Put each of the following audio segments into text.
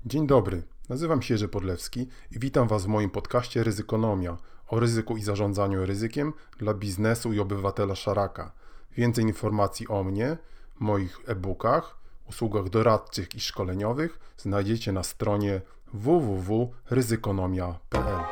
Dzień dobry, nazywam się Jerzy Podlewski i witam Was w moim podcaście Ryzykonomia o ryzyku i zarządzaniu ryzykiem dla biznesu i obywatela szaraka. Więcej informacji o mnie, moich e-bookach, usługach doradczych i szkoleniowych znajdziecie na stronie www.ryzykonomia.pl.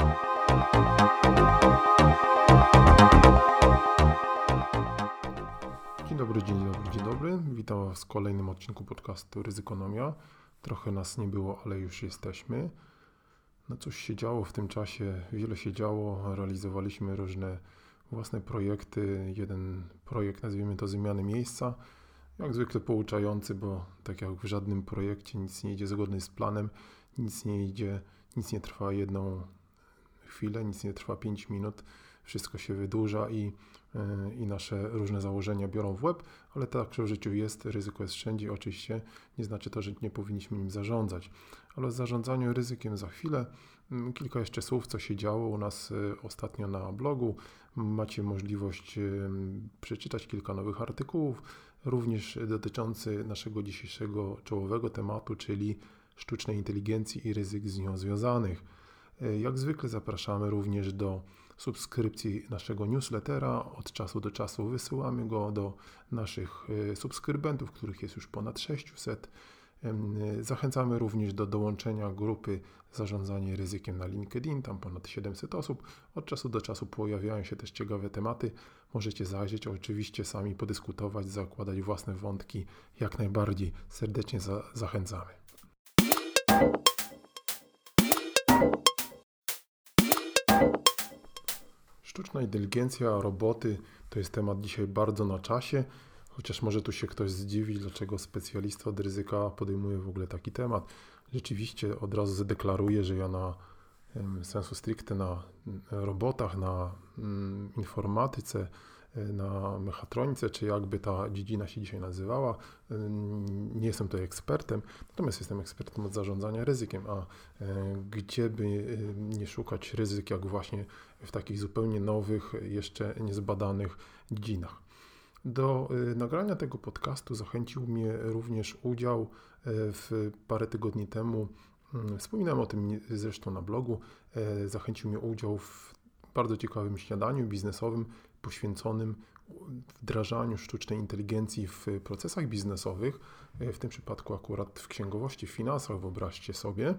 Dzień dobry. Witam Was w kolejnym odcinku podcastu Ryzykonomia. Trochę nas nie było, ale już jesteśmy. No cóż się działo w tym czasie, wiele się działo, realizowaliśmy różne własne projekty. Jeden projekt, nazwijmy to Zmiany Miejsca, jak zwykle pouczający, bo tak jak w żadnym projekcie nic nie idzie zgodnie z planem, nic nie trwa jedną chwilę, nic nie trwa 5 minut, wszystko się wydłuża i nasze różne założenia biorą w łeb, ale tak w życiu jest, ryzyko jest wszędzie, oczywiście nie znaczy to, że nie powinniśmy nim zarządzać, ale o zarządzaniu ryzykiem za chwilę. Kilka jeszcze słów, co się działo u nas ostatnio na blogu. Macie możliwość przeczytać kilka nowych artykułów, również dotyczących naszego dzisiejszego czołowego tematu, czyli sztucznej inteligencji i ryzyk z nią związanych. Jak zwykle zapraszamy również do subskrypcji naszego newslettera. Od czasu do czasu wysyłamy go do naszych subskrybentów, których jest już ponad 600. Zachęcamy również do dołączenia grupy Zarządzanie ryzykiem na LinkedIn, tam ponad 700 osób. Od czasu do czasu pojawiają się też ciekawe tematy. Możecie zajrzeć, oczywiście sami podyskutować, zakładać własne wątki. Jak najbardziej serdecznie zachęcamy. Sztuczna inteligencja, roboty to jest temat dzisiaj bardzo na czasie, chociaż może tu się ktoś zdziwi, dlaczego specjalista od ryzyka podejmuje w ogóle taki temat. Rzeczywiście od razu zadeklaruję, że ja na sensu stricte na robotach, na informatyce, na mechatronice, czy jakby ta dziedzina się dzisiaj nazywała. Nie jestem tutaj ekspertem, natomiast jestem ekspertem od zarządzania ryzykiem, a gdzie by nie szukać ryzyk, jak właśnie w takich zupełnie nowych, jeszcze niezbadanych dziedzinach. Do nagrania tego podcastu zachęcił mnie również udział parę tygodni temu, wspominałem o tym zresztą na blogu, zachęcił mnie udział w bardzo ciekawym śniadaniu biznesowym poświęconym wdrażaniu sztucznej inteligencji w procesach biznesowych, w tym przypadku akurat w księgowości, w finansach, wyobraźcie sobie.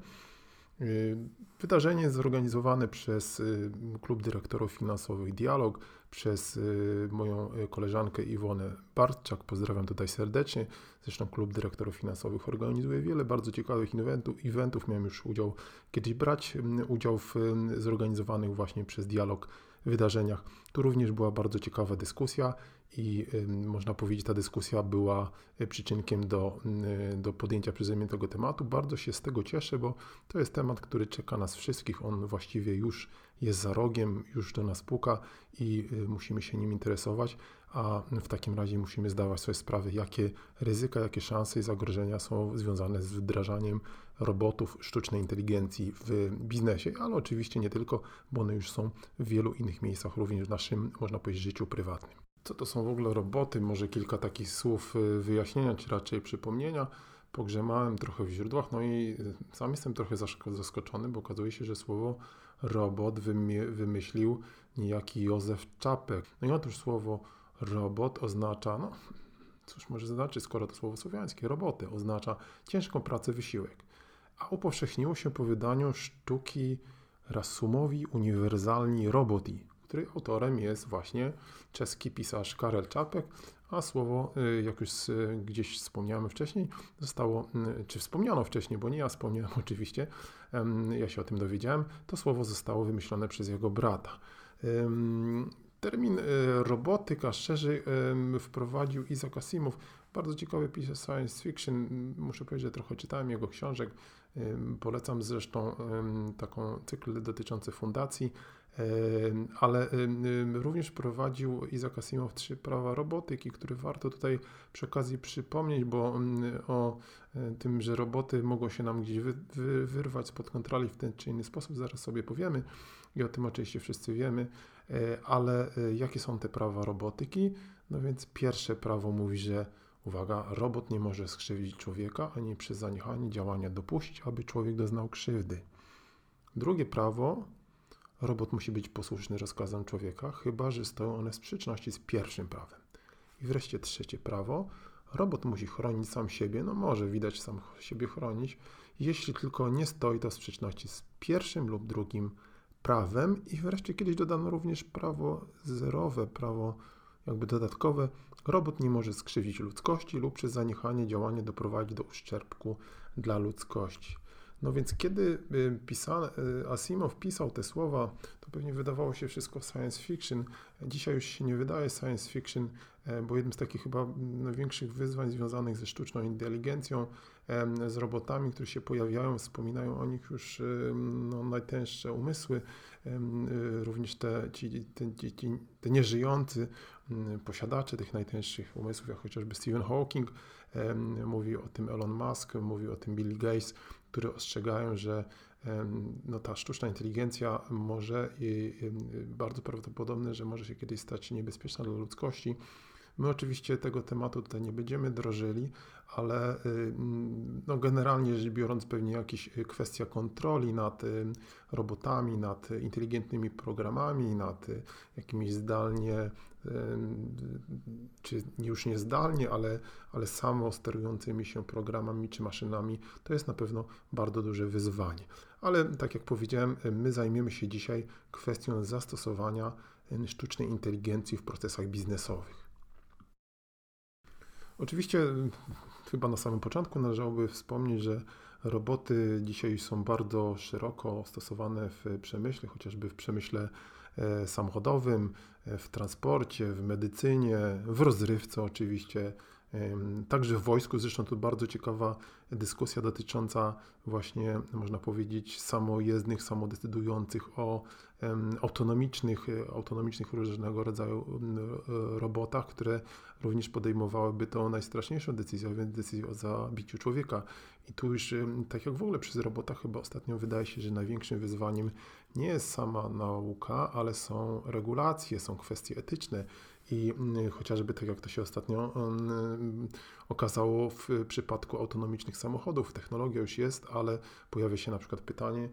Wydarzenie zorganizowane przez Klub Dyrektorów Finansowych Dialog, przez moją koleżankę Iwonę Bartczak, pozdrawiam tutaj serdecznie. Zresztą Klub Dyrektorów Finansowych organizuje wiele bardzo ciekawych eventów. Miałem już brać udział w zorganizowanych właśnie przez Dialog wydarzeniach. Tu również była bardzo ciekawa dyskusja i można powiedzieć, ta dyskusja była przyczynkiem do podjęcia przeze mnie tego tematu. Bardzo się z tego cieszę, bo to jest temat, który czeka nas wszystkich. On właściwie już jest za rogiem, już do nas puka i musimy się nim interesować, a w takim razie musimy zdawać sobie sprawę, jakie ryzyka, jakie szanse i zagrożenia są związane z wdrażaniem robotów, sztucznej inteligencji w biznesie, ale oczywiście nie tylko, bo one już są w wielu innych miejscach, również w naszym, można powiedzieć, życiu prywatnym. Co to są w ogóle roboty? Może kilka takich słów wyjaśnienia, czy raczej przypomnienia. Pogrzebałem trochę w źródłach, no i sam jestem trochę zaskoczony, bo okazuje się, że słowo robot wymyślił niejaki Józef Czapek. No i otóż słowo robot oznacza, no cóż może znaczyć, skoro to słowo słowiańskie, roboty oznacza ciężką pracę, wysiłek. A upowszechniło się po wydaniu sztuki Rasumowi uniwersalni roboti, której autorem jest właśnie czeski pisarz Karel Čapek, a słowo, jak już gdzieś wspomniałem wcześniej, wspomniano wcześniej, bo nie ja wspomniałem oczywiście, ja się o tym dowiedziałem, to słowo zostało wymyślone przez jego brata. Termin robotyka szerzej wprowadził Isaac Asimov, bardzo ciekawy pisarz science fiction. Muszę powiedzieć, że trochę czytałem jego książek. Polecam zresztą taką cykl dotyczący fundacji, ale również wprowadził Isaac Asimov 3 prawa robotyki, które warto tutaj przy okazji przypomnieć, bo o tym, że roboty mogą się nam gdzieś wyrwać spod kontroli w ten czy inny sposób, zaraz sobie powiemy i o tym oczywiście wszyscy wiemy, ale jakie są te prawa robotyki? No więc pierwsze prawo mówi, że Uwaga, robot nie może skrzywdzić człowieka, ani przez zaniechanie działania dopuścić, aby człowiek doznał krzywdy. Drugie prawo, robot musi być posłuszny rozkazom człowieka, chyba że stoją one w sprzeczności z pierwszym prawem. I wreszcie trzecie prawo, robot musi chronić sam siebie, może widać sam siebie chronić, jeśli tylko nie stoi to w sprzeczności z pierwszym lub drugim prawem. I wreszcie kiedyś dodano również prawo zerowe, prawo dodatkowe. Robot nie może skrzywdzić ludzkości lub przez zaniechanie działania doprowadzić do uszczerbku dla ludzkości. Więc kiedy Asimov pisał te słowa, to pewnie wydawało się wszystko science fiction. Dzisiaj już się nie wydaje science fiction, bo jednym z takich chyba największych wyzwań związanych ze sztuczną inteligencją, z robotami, które się pojawiają, wspominają o nich już najtęższe umysły, również te nieżyjący posiadacze tych najtęższych umysłów, jak chociażby Stephen Hawking, mówi o tym Elon Musk, mówi o tym Bill Gates, które ostrzegają, że ta sztuczna inteligencja może i bardzo prawdopodobne, że może się kiedyś stać niebezpieczna dla ludzkości. My oczywiście tego tematu tutaj nie będziemy drożyli, ale generalnie rzecz biorąc pewnie jakaś kwestia kontroli nad robotami, nad inteligentnymi programami, nad jakimiś zdalnie, czy już nie zdalnie, ale samo sterującymi się programami czy maszynami, to jest na pewno bardzo duże wyzwanie. Ale tak jak powiedziałem, my zajmiemy się dzisiaj kwestią zastosowania sztucznej inteligencji w procesach biznesowych. Oczywiście chyba na samym początku należałoby wspomnieć, że roboty dzisiaj są bardzo szeroko stosowane w przemyśle, chociażby w przemyśle samochodowym, w transporcie, w medycynie, w rozrywce oczywiście, także w wojsku. Zresztą tu bardzo ciekawa dyskusja dotycząca właśnie, można powiedzieć, samojezdnych, samodecydujących o autonomicznych różnego rodzaju robotach, które również podejmowałyby tą najstraszniejszą decyzję, a więc decyzję o zabiciu człowieka. I tu już, tak jak w ogóle przy robotach, chyba ostatnio wydaje się, że największym wyzwaniem nie jest sama nauka, ale są regulacje, są kwestie etyczne. I chociażby tak jak to się ostatnio okazało w przypadku autonomicznych samochodów, technologia już jest, ale pojawia się na przykład pytanie,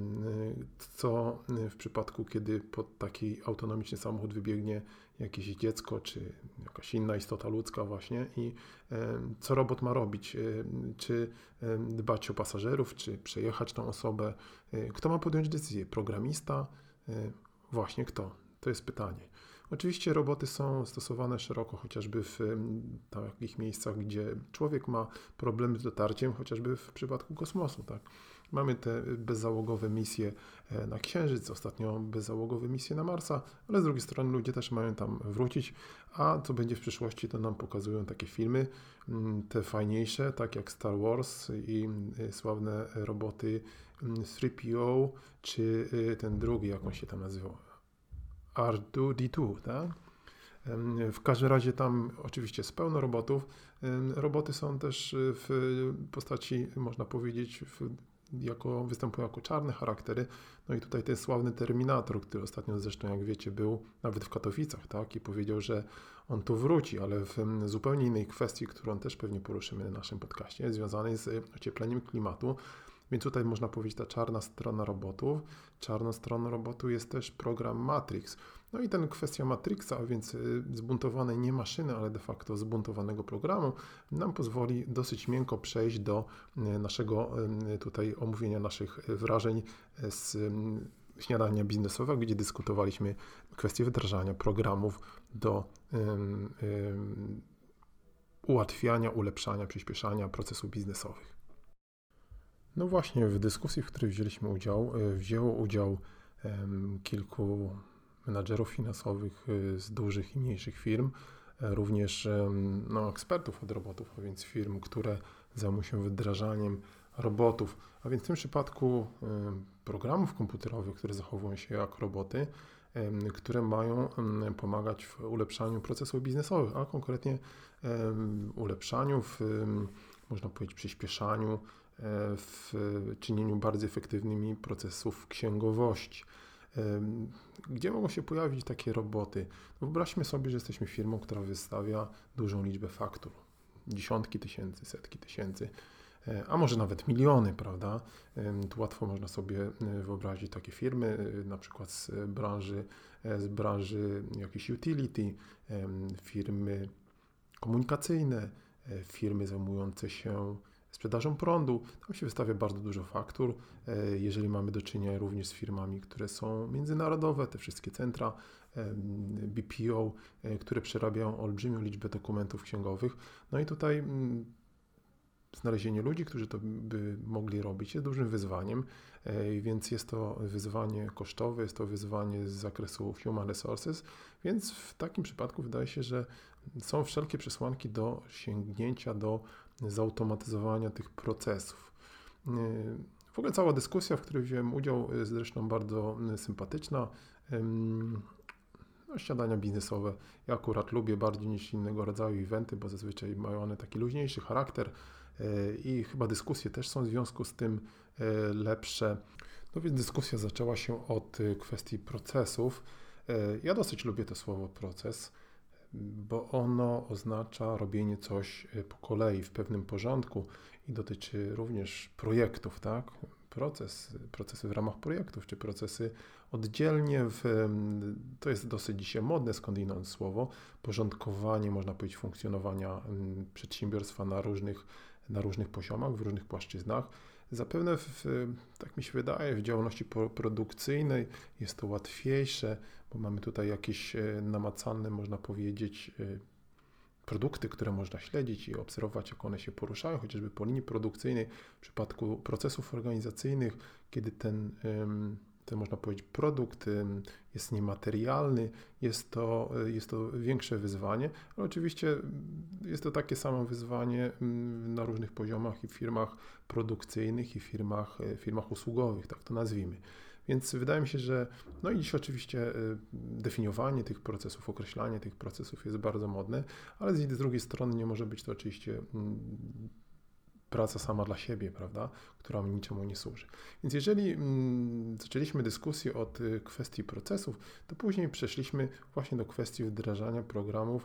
co w przypadku, kiedy pod taki autonomiczny samochód wybiegnie jakieś dziecko, czy jakaś inna istota ludzka właśnie i co robot ma robić, czy dbać o pasażerów, czy przejechać tą osobę, kto ma podjąć decyzję, programista, właśnie kto, to jest pytanie. Oczywiście roboty są stosowane szeroko, chociażby w takich miejscach, gdzie człowiek ma problemy z dotarciem, chociażby w przypadku kosmosu. Tak? Mamy te bezzałogowe misje na Księżyc, ostatnio bezzałogowe misje na Marsa, ale z drugiej strony ludzie też mają tam wrócić, a co będzie w przyszłości, to nam pokazują takie filmy, te fajniejsze, tak jak Star Wars i sławne roboty 3PO, czy ten drugi, jak on się tam nazywał, R2D2, tak? W każdym razie tam oczywiście jest pełno robotów. Roboty są też w postaci, można powiedzieć, występują jako czarne charaktery. I tutaj ten sławny Terminator, który ostatnio zresztą, jak wiecie, był nawet w Katowicach, tak? I powiedział, że on tu wróci, ale w zupełnie innej kwestii, którą też pewnie poruszymy na naszym podcaście, związanej z ociepleniem klimatu. Więc tutaj można powiedzieć ta czarna strona robotów. Czarną stroną robotu jest też program Matrix. I ten kwestia Matrixa, a więc zbuntowanej nie maszyny, ale de facto zbuntowanego programu, nam pozwoli dosyć miękko przejść do naszego tutaj omówienia naszych wrażeń z śniadania biznesowego, gdzie dyskutowaliśmy kwestię wdrażania programów do ułatwiania, ulepszania, przyspieszania procesów biznesowych. Właśnie w dyskusji, w której wzięło udział kilku menadżerów finansowych z dużych i mniejszych firm, również ekspertów od robotów, a więc firm, które zajmują się wdrażaniem robotów, a więc w tym przypadku programów komputerowych, które zachowują się jak roboty, które mają pomagać w ulepszaniu procesów biznesowych, a konkretnie ulepszaniu, można powiedzieć, przyspieszaniu, w czynieniu bardziej efektywnymi procesów księgowości. Gdzie mogą się pojawić takie roboty? Wyobraźmy sobie, że jesteśmy firmą, która wystawia dużą liczbę faktur. dziesiątki tysięcy, setki tysięcy, a może nawet miliony, prawda? Tu łatwo można sobie wyobrazić takie firmy, na przykład z branży jakiejś utility, firmy komunikacyjne, firmy zajmujące się sprzedażą prądu. Tam się wystawia bardzo dużo faktur. Jeżeli mamy do czynienia również z firmami, które są międzynarodowe, te wszystkie centra BPO, które przerabiają olbrzymią liczbę dokumentów księgowych. No i tutaj znalezienie ludzi, którzy to by mogli robić, jest dużym wyzwaniem, więc jest to wyzwanie kosztowe, jest to wyzwanie z zakresu human resources, więc w takim przypadku wydaje się, że są wszelkie przesłanki do sięgnięcia do zautomatyzowania tych procesów. W ogóle cała dyskusja, w której wziąłem udział, jest zresztą bardzo sympatyczna. Śniadania biznesowe ja akurat lubię bardziej niż innego rodzaju eventy, bo zazwyczaj mają one taki luźniejszy charakter i chyba dyskusje też są w związku z tym lepsze. No więc dyskusja zaczęła się od kwestii procesów. Ja dosyć lubię to słowo proces, bo ono oznacza robienie coś po kolei, w pewnym porządku i dotyczy również projektów, tak? Procesy w ramach projektów, czy procesy oddzielnie, to jest dosyć dzisiaj modne skądinąd słowo, porządkowanie, można powiedzieć, funkcjonowania przedsiębiorstwa na różnych poziomach, w różnych płaszczyznach. Zapewne, tak mi się wydaje, w działalności produkcyjnej jest to łatwiejsze, bo mamy tutaj jakieś namacalne, można powiedzieć, produkty, które można śledzić i obserwować, jak one się poruszają, chociażby po linii produkcyjnej. W przypadku procesów organizacyjnych, kiedy ten można powiedzieć, produkt jest niematerialny, jest to większe wyzwanie, ale oczywiście jest to takie samo wyzwanie na różnych poziomach i w firmach produkcyjnych i firmach usługowych, tak to nazwijmy. Więc wydaje mi się, że no i dziś oczywiście definiowanie tych procesów, określanie tych procesów jest bardzo modne, ale z drugiej strony nie może być to oczywiście praca sama dla siebie, prawda, która niczemu nie służy. Więc jeżeli zaczęliśmy dyskusję od kwestii procesów, to później przeszliśmy właśnie do kwestii wdrażania programów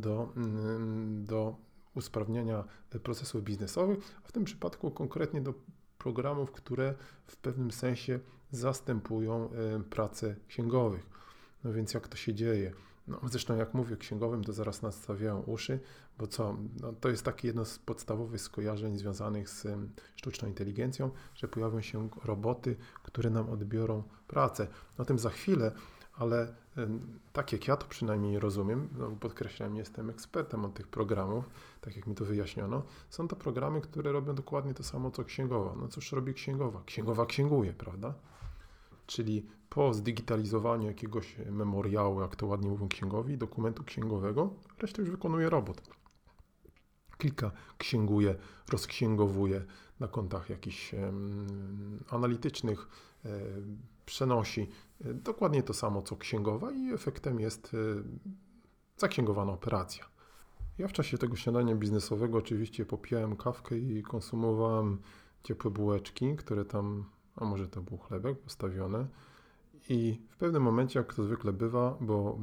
do usprawniania procesów biznesowych, a w tym przypadku konkretnie do programów, które w pewnym sensie zastępują pracę księgowych. No więc jak to się dzieje? No, zresztą jak mówię księgowym, to zaraz nastawiają uszy, bo co? No, to jest takie jedno z podstawowych skojarzeń związanych z sztuczną inteligencją, że pojawią się roboty, które nam odbiorą pracę. O tym za chwilę, ale tak jak ja to przynajmniej rozumiem, no podkreślam, nie jestem ekspertem od tych programów, tak jak mi to wyjaśniono, są to programy, które robią dokładnie to samo, co księgowa. No cóż robi księgowa? Księgowa księguje, prawda? Czyli po zdigitalizowaniu jakiegoś memoriału, jak to ładnie mówią księgowi, dokumentu księgowego, resztę już wykonuje robot. Klika, księguje, rozksięgowuje na kontach jakichś analitycznych, przenosi dokładnie to samo, co księgowa i efektem jest zaksięgowana operacja. Ja w czasie tego śniadania biznesowego oczywiście popijałem kawkę i konsumowałem ciepłe bułeczki, które tam, a może to był chlebek postawione i w pewnym momencie, jak to zwykle bywa, bo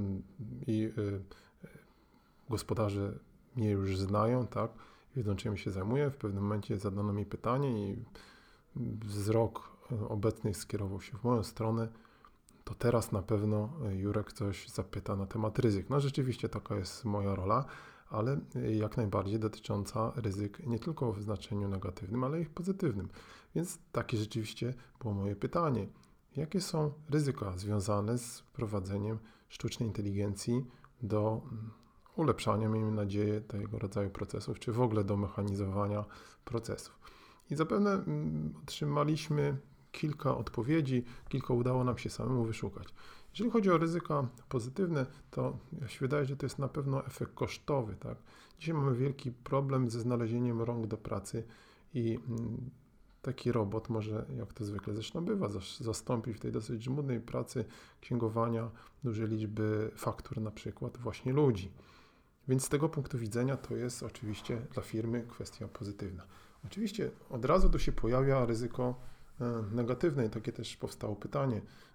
gospodarze mnie już znają, tak, wiedzą, czym się zajmuję, w pewnym momencie zadano mi pytanie i wzrok obecny skierował się w moją stronę, to teraz na pewno Jurek coś zapyta na temat ryzyk. No rzeczywiście taka jest moja rola, ale jak najbardziej dotycząca ryzyk nie tylko w znaczeniu negatywnym, ale i pozytywnym. Więc takie rzeczywiście było moje pytanie. Jakie są ryzyka związane z wprowadzeniem sztucznej inteligencji do ulepszania, miejmy nadzieję, tego rodzaju procesów, czy w ogóle do mechanizowania procesów? I zapewne otrzymaliśmy kilka odpowiedzi, kilka udało nam się samemu wyszukać. Jeżeli chodzi o ryzyka pozytywne, to się wydaje, że to jest na pewno efekt kosztowy. Tak? Dzisiaj mamy wielki problem ze znalezieniem rąk do pracy i taki robot może, jak to zwykle zresztą bywa, zastąpić w tej dosyć żmudnej pracy księgowania dużej liczby faktur, na przykład właśnie ludzi. Więc z tego punktu widzenia to jest oczywiście dla firmy kwestia pozytywna. Oczywiście od razu tu się pojawia ryzyko negatywne i takie też powstało pytanie,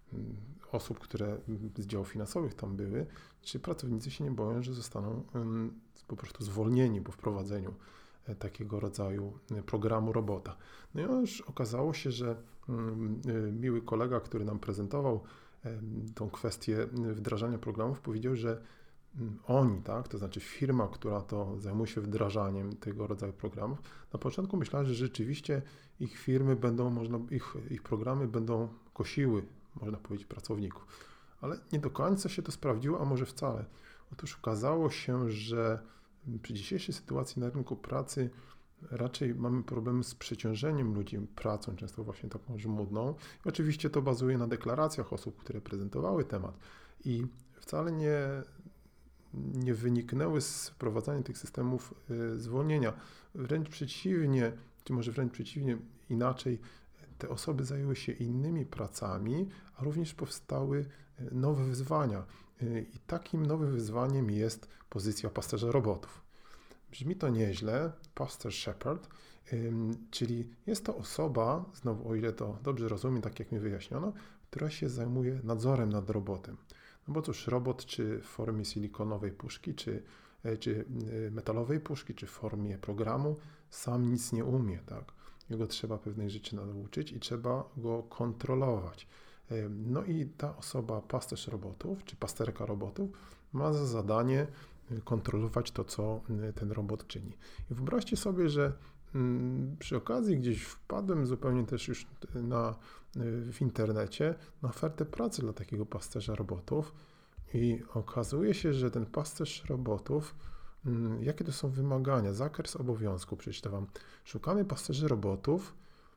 osób, które z działów finansowych tam były, czy pracownicy się nie boją, że zostaną po prostu zwolnieni po wprowadzeniu takiego rodzaju programu robota. No i już okazało się, że miły kolega, który nam prezentował tą kwestię wdrażania programów, powiedział, że oni, tak, to znaczy firma, która to zajmuje się wdrażaniem tego rodzaju programów, na początku myślała, że rzeczywiście ich firmy będą, ich programy będą kosiły, można powiedzieć, pracowników. Ale nie do końca się to sprawdziło, a może wcale. Otóż okazało się, że przy dzisiejszej sytuacji na rynku pracy raczej mamy problemy z przeciążeniem ludzi pracą, często właśnie taką żmudną. I oczywiście to bazuje na deklaracjach osób, które prezentowały temat. I wcale nie wyniknęły z wprowadzania tych systemów zwolnienia. Wręcz przeciwnie, czy może wręcz przeciwnie, inaczej, te osoby zajęły się innymi pracami, a również powstały nowe wyzwania. I takim nowym wyzwaniem jest pozycja pasterza robotów. Brzmi to nieźle, pastor shepherd, czyli jest to osoba, znowu o ile to dobrze rozumiem, tak jak mi wyjaśniono, która się zajmuje nadzorem nad robotem. No bo cóż, robot czy w formie silikonowej puszki, czy metalowej puszki, czy w formie programu sam nic nie umie, tak? Jego trzeba pewnych rzeczy nauczyć i trzeba go kontrolować. No i ta osoba, pasterz robotów, czy pasterka robotów, ma za zadanie kontrolować to, co ten robot czyni. I wyobraźcie sobie, że przy okazji gdzieś wpadłem zupełnie też już w internecie na ofertę pracy dla takiego pasterza robotów i okazuje się, że ten pasterz robotów, jakie to są wymagania, zakres obowiązku, przeczytam wam. Szukamy pasterzy robotów,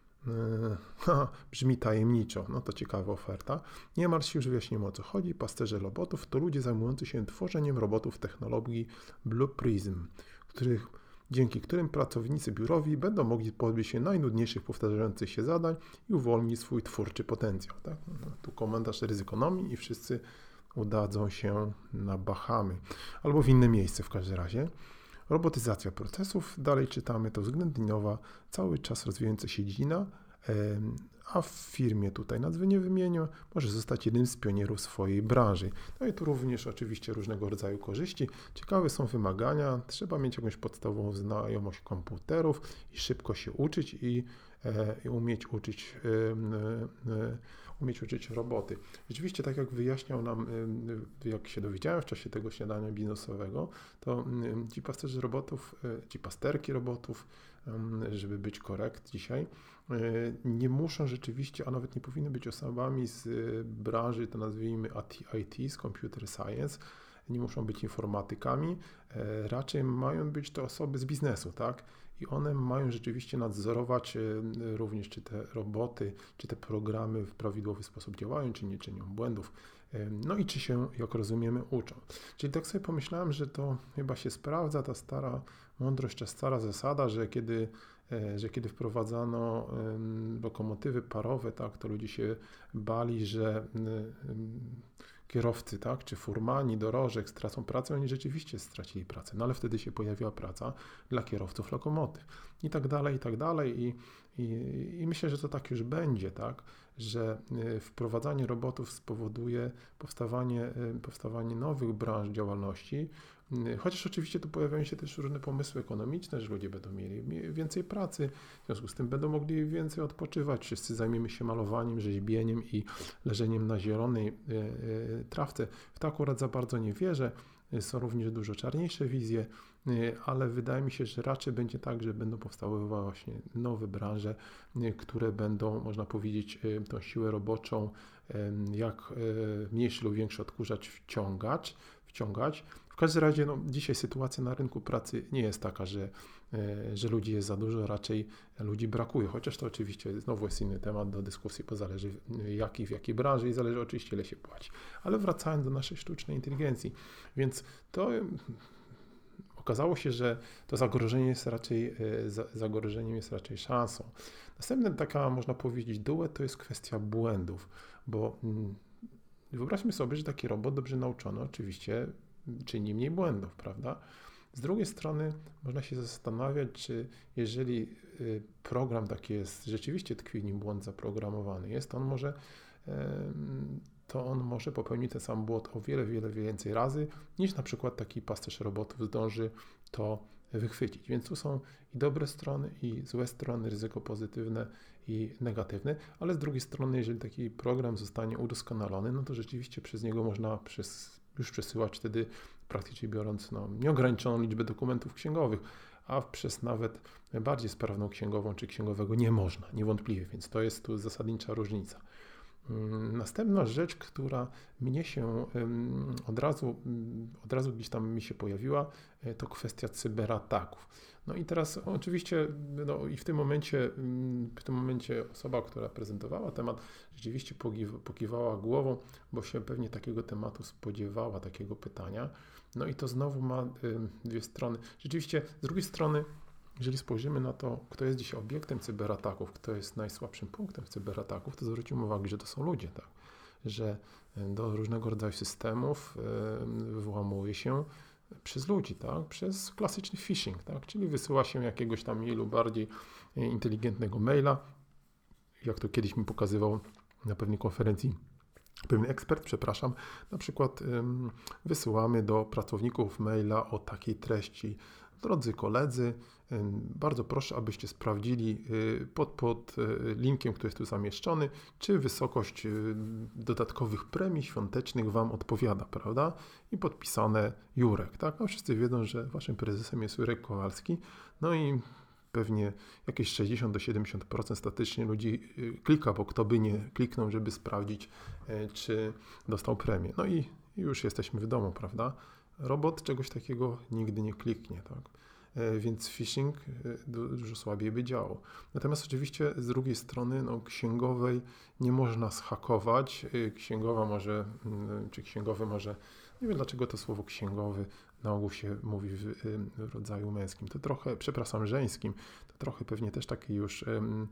brzmi tajemniczo, no to ciekawa oferta. Nie martw się, już wyjaśnimy, o co chodzi. Pasterze robotów to ludzie zajmujący się tworzeniem robotów technologii Blue Prism, dzięki którym pracownicy biurowi będą mogli pozbyć się najnudniejszych, powtarzających się zadań i uwolnić swój twórczy potencjał. Tak? No, tu komentarz ryzykonomii i wszyscy udadzą się na Bahamy albo w inne miejsce w każdym razie. Robotyzacja procesów, dalej czytamy, to względnie nowa, cały czas rozwijająca się dziedzina, a w firmie tutaj nazwy nie wymienię, może zostać jednym z pionierów swojej branży. No i tu również oczywiście różnego rodzaju korzyści. Ciekawe są wymagania, trzeba mieć jakąś podstawową znajomość komputerów i szybko się uczyć i umieć uczyć roboty. Rzeczywiście, tak jak wyjaśniał nam, jak się dowiedziałem w czasie tego śniadania biznesowego, to ci pasterzy robotów, ci pasterki robotów, żeby być korekt dzisiaj, nie muszą rzeczywiście, a nawet nie powinny być osobami z branży, to nazwijmy IT, z computer science, nie muszą być informatykami, raczej mają być to osoby z biznesu, tak? I one mają rzeczywiście nadzorować również, czy te roboty, czy te programy w prawidłowy sposób działają, czy nie czynią błędów. No i czy się, jak rozumiemy, uczą. Czyli tak sobie pomyślałem, że to chyba się sprawdza, ta stara mądrość, ta stara zasada, że kiedy wprowadzano lokomotywy parowe, tak, to ludzie się bali, że kierowcy, tak, czy furmani dorożek stracą pracę, oni rzeczywiście stracili pracę, no ale wtedy się pojawiła praca dla kierowców lokomotyw i tak dalej, i tak dalej i myślę, że to tak już będzie, tak, że wprowadzanie robotów spowoduje powstawanie nowych branż działalności, chociaż oczywiście tu pojawiają się też różne pomysły ekonomiczne, że ludzie będą mieli więcej pracy, w związku z tym będą mogli więcej odpoczywać, wszyscy zajmiemy się malowaniem, rzeźbieniem i leżeniem na zielonej trawce. W to akurat za bardzo nie wierzę, są również dużo czarniejsze wizje, ale wydaje mi się, że raczej będzie tak, że będą powstały właśnie nowe branże, które będą, można powiedzieć, tą siłę roboczą, jak mniejszy lub większy odkurzacz wciągać. W każdym razie dzisiaj sytuacja na rynku pracy nie jest taka, że ludzi jest za dużo, raczej ludzi brakuje, chociaż to oczywiście znowu jest inny temat do dyskusji, bo zależy w jakiej branży i zależy oczywiście ile się płaci. Ale wracając do naszej sztucznej inteligencji, więc to okazało się, że to zagrożeniem jest raczej szansą. Następna taka, można powiedzieć, duet to jest kwestia błędów, bo wyobraźmy sobie, że taki robot dobrze nauczony oczywiście czyni mniej błędów, prawda? Z drugiej strony można się zastanawiać, czy jeżeli program taki jest, rzeczywiście tkwi w nim błąd zaprogramowany jest, to on może to on może popełnić ten sam błąd o wiele, wiele więcej razy, niż na przykład taki pasterz robotów zdąży to wychwycić. Więc tu są i dobre strony, i złe strony, ryzyko pozytywne i negatywne, ale z drugiej strony, jeżeli taki program zostanie udoskonalony, no to rzeczywiście przez niego można już przesyłać wtedy praktycznie biorąc nieograniczoną liczbę dokumentów księgowych, a przez nawet bardziej sprawną księgową czy księgowego nie można, niewątpliwie, więc to jest tu zasadnicza różnica. Następna rzecz, która mnie się od razu gdzieś tam mi się pojawiła, to kwestia cyberataków. No i teraz oczywiście i w tym momencie osoba, która prezentowała temat, rzeczywiście pokiwała głową, bo się pewnie takiego tematu spodziewała, takiego pytania. No i to znowu ma dwie strony. Rzeczywiście z drugiej strony, jeżeli spojrzymy na to, kto jest dzisiaj obiektem cyberataków, kto jest najsłabszym punktem cyberataków, to zwrócimy uwagę, że to są ludzie, tak? Że do różnego rodzaju systemów włamuje się przez ludzi, tak? Przez klasyczny phishing, tak? Czyli wysyła się jakiegoś tam mniej lub bardziej inteligentnego maila, jak to kiedyś mi pokazywał na pewnej konferencji pewien ekspert, na przykład wysyłamy do pracowników maila o takiej treści: drodzy koledzy, bardzo proszę, abyście sprawdzili pod linkiem, który jest tu zamieszczony, czy wysokość dodatkowych premii świątecznych Wam odpowiada, prawda? I podpisane Jurek, tak? No wszyscy wiedzą, że Waszym prezesem jest Jurek Kowalski, no i pewnie jakieś 60 do 70% statystycznie ludzi klika, bo kto by nie kliknął, żeby sprawdzić, czy dostał premię. No i już jesteśmy w domu, prawda? Robot czegoś takiego nigdy nie kliknie, tak? Więc phishing dużo słabiej by działał. Natomiast oczywiście z drugiej strony księgowej nie można zhakować. Księgowy może, nie wiem dlaczego to słowo księgowy na ogół się mówi w rodzaju męskim. To trochę, żeńskim, to trochę pewnie też takie już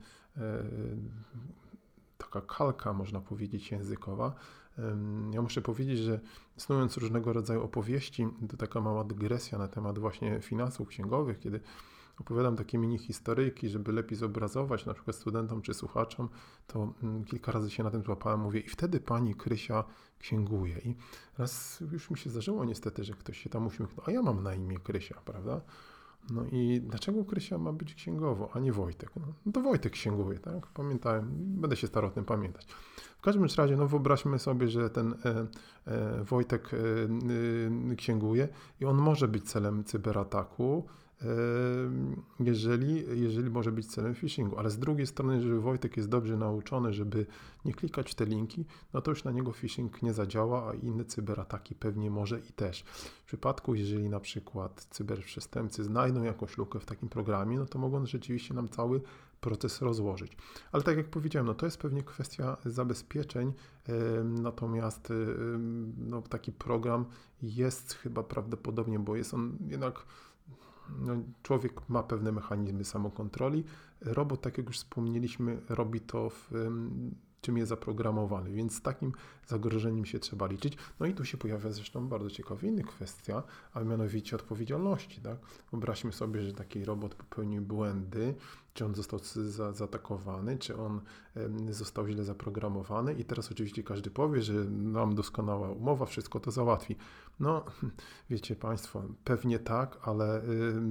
taka kalka, można powiedzieć, językowa. Ja muszę powiedzieć, że snując różnego rodzaju opowieści, to taka mała dygresja na temat właśnie finansów księgowych, kiedy opowiadam takie mini historyjki, żeby lepiej zobrazować na przykład studentom czy słuchaczom, to kilka razy się na tym złapałem, mówię: i wtedy pani Krysia księguje. I raz już mi się zdarzyło niestety, że ktoś się tam uśmiechnął: a ja mam na imię Krysia, prawda? No i dlaczego Krysia ma być księgową, a nie Wojtek? No to Wojtek księguje, tak? Pamiętałem, będę się starał o tym pamiętać. W każdym razie, wyobraźmy sobie, że ten Wojtek księguje i on może być celem cyberataku, jeżeli może być celem phishingu, ale z drugiej strony, jeżeli Wojtek jest dobrze nauczony, żeby nie klikać w te linki, no to już na niego phishing nie zadziała, a inne cyberataki pewnie może i też. W przypadku, jeżeli na przykład cyberprzestępcy znajdą jakąś lukę w takim programie, no to mogą rzeczywiście nam cały proces rozłożyć. Ale tak jak powiedziałem, to jest pewnie kwestia zabezpieczeń, natomiast taki program jest chyba prawdopodobnie, bo jest on jednak, człowiek ma pewne mechanizmy samokontroli. Robot, tak jak już wspomnieliśmy, robi to czym jest zaprogramowany, więc z takim zagrożeniem się trzeba liczyć. No i tu się pojawia zresztą bardzo ciekawa inna kwestia, a mianowicie odpowiedzialności, tak? Wyobraźmy sobie, że taki robot popełnił błędy, czy on został zaatakowany, czy on został źle zaprogramowany i teraz oczywiście każdy powie, że mam doskonała umowa, wszystko to załatwi. No, wiecie Państwo, pewnie tak, ale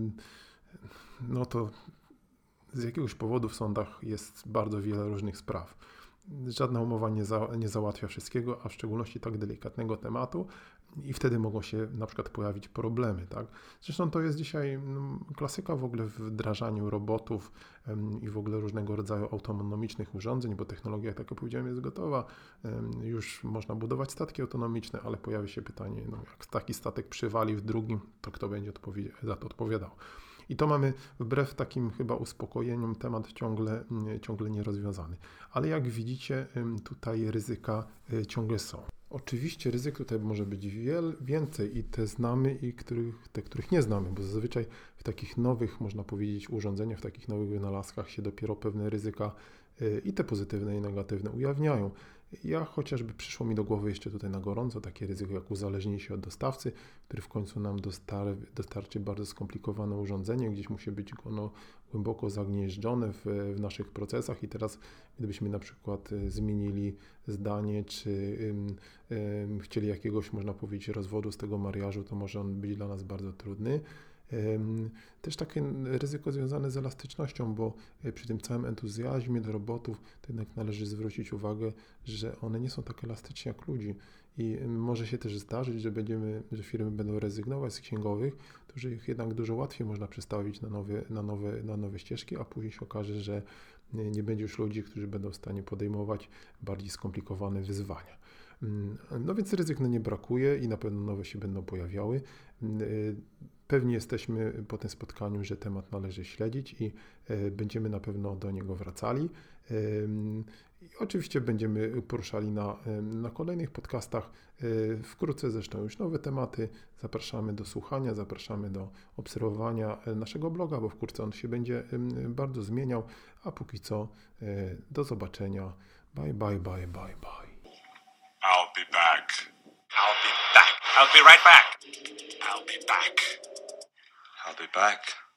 to z jakiegoś powodu w sądach jest bardzo wiele różnych spraw. Żadna umowa nie załatwia wszystkiego, a w szczególności tak delikatnego tematu i wtedy mogą się na przykład pojawić problemy, tak? Zresztą to jest dzisiaj klasyka w ogóle w wdrażaniu robotów i w ogóle różnego rodzaju autonomicznych urządzeń, bo technologia, jak powiedziałem, jest gotowa. Już można budować statki autonomiczne, ale pojawia się pytanie, jak taki statek przywali w drugim, to kto będzie za to odpowiadał? I to mamy wbrew takim chyba uspokojeniom temat ciągle nierozwiązany. Ale jak widzicie, tutaj ryzyka ciągle są. Oczywiście ryzyk tutaj może być więcej i te znamy i których nie znamy, bo zazwyczaj w takich nowych, można powiedzieć, urządzeniach, w takich nowych wynalazkach się dopiero pewne ryzyka i te pozytywne i negatywne ujawniają. Ja chociażby przyszło mi do głowy jeszcze tutaj na gorąco takie ryzyko jak uzależnienie się od dostawcy, który w końcu nam dostarczy bardzo skomplikowane urządzenie, gdzieś musi być ono głęboko zagnieżdżone w naszych procesach i teraz gdybyśmy na przykład zmienili zdanie, czy chcieli jakiegoś, można powiedzieć, rozwodu z tego mariażu, to może on być dla nas bardzo trudny. Też takie ryzyko związane z elastycznością, bo przy tym całym entuzjazmie do robotów to jednak należy zwrócić uwagę, że one nie są tak elastyczne jak ludzi i może się też zdarzyć, że firmy będą rezygnować z księgowych, to że ich jednak dużo łatwiej można przestawić na nowe ścieżki, a później się okaże, że nie będzie już ludzi, którzy będą w stanie podejmować bardziej skomplikowane wyzwania. No więc ryzyk nie brakuje i na pewno nowe się będą pojawiały. Pewnie jesteśmy po tym spotkaniu, że temat należy śledzić i będziemy na pewno do niego wracali. I oczywiście będziemy poruszali na kolejnych podcastach. Wkrótce zresztą już nowe tematy. Zapraszamy do słuchania, zapraszamy do obserwowania naszego bloga, bo wkrótce on się będzie bardzo zmieniał. A póki co do zobaczenia. Bye, bye, bye, bye, bye. I'll be back. I'll be back. I'll be right back. I'll be back. I'll be back.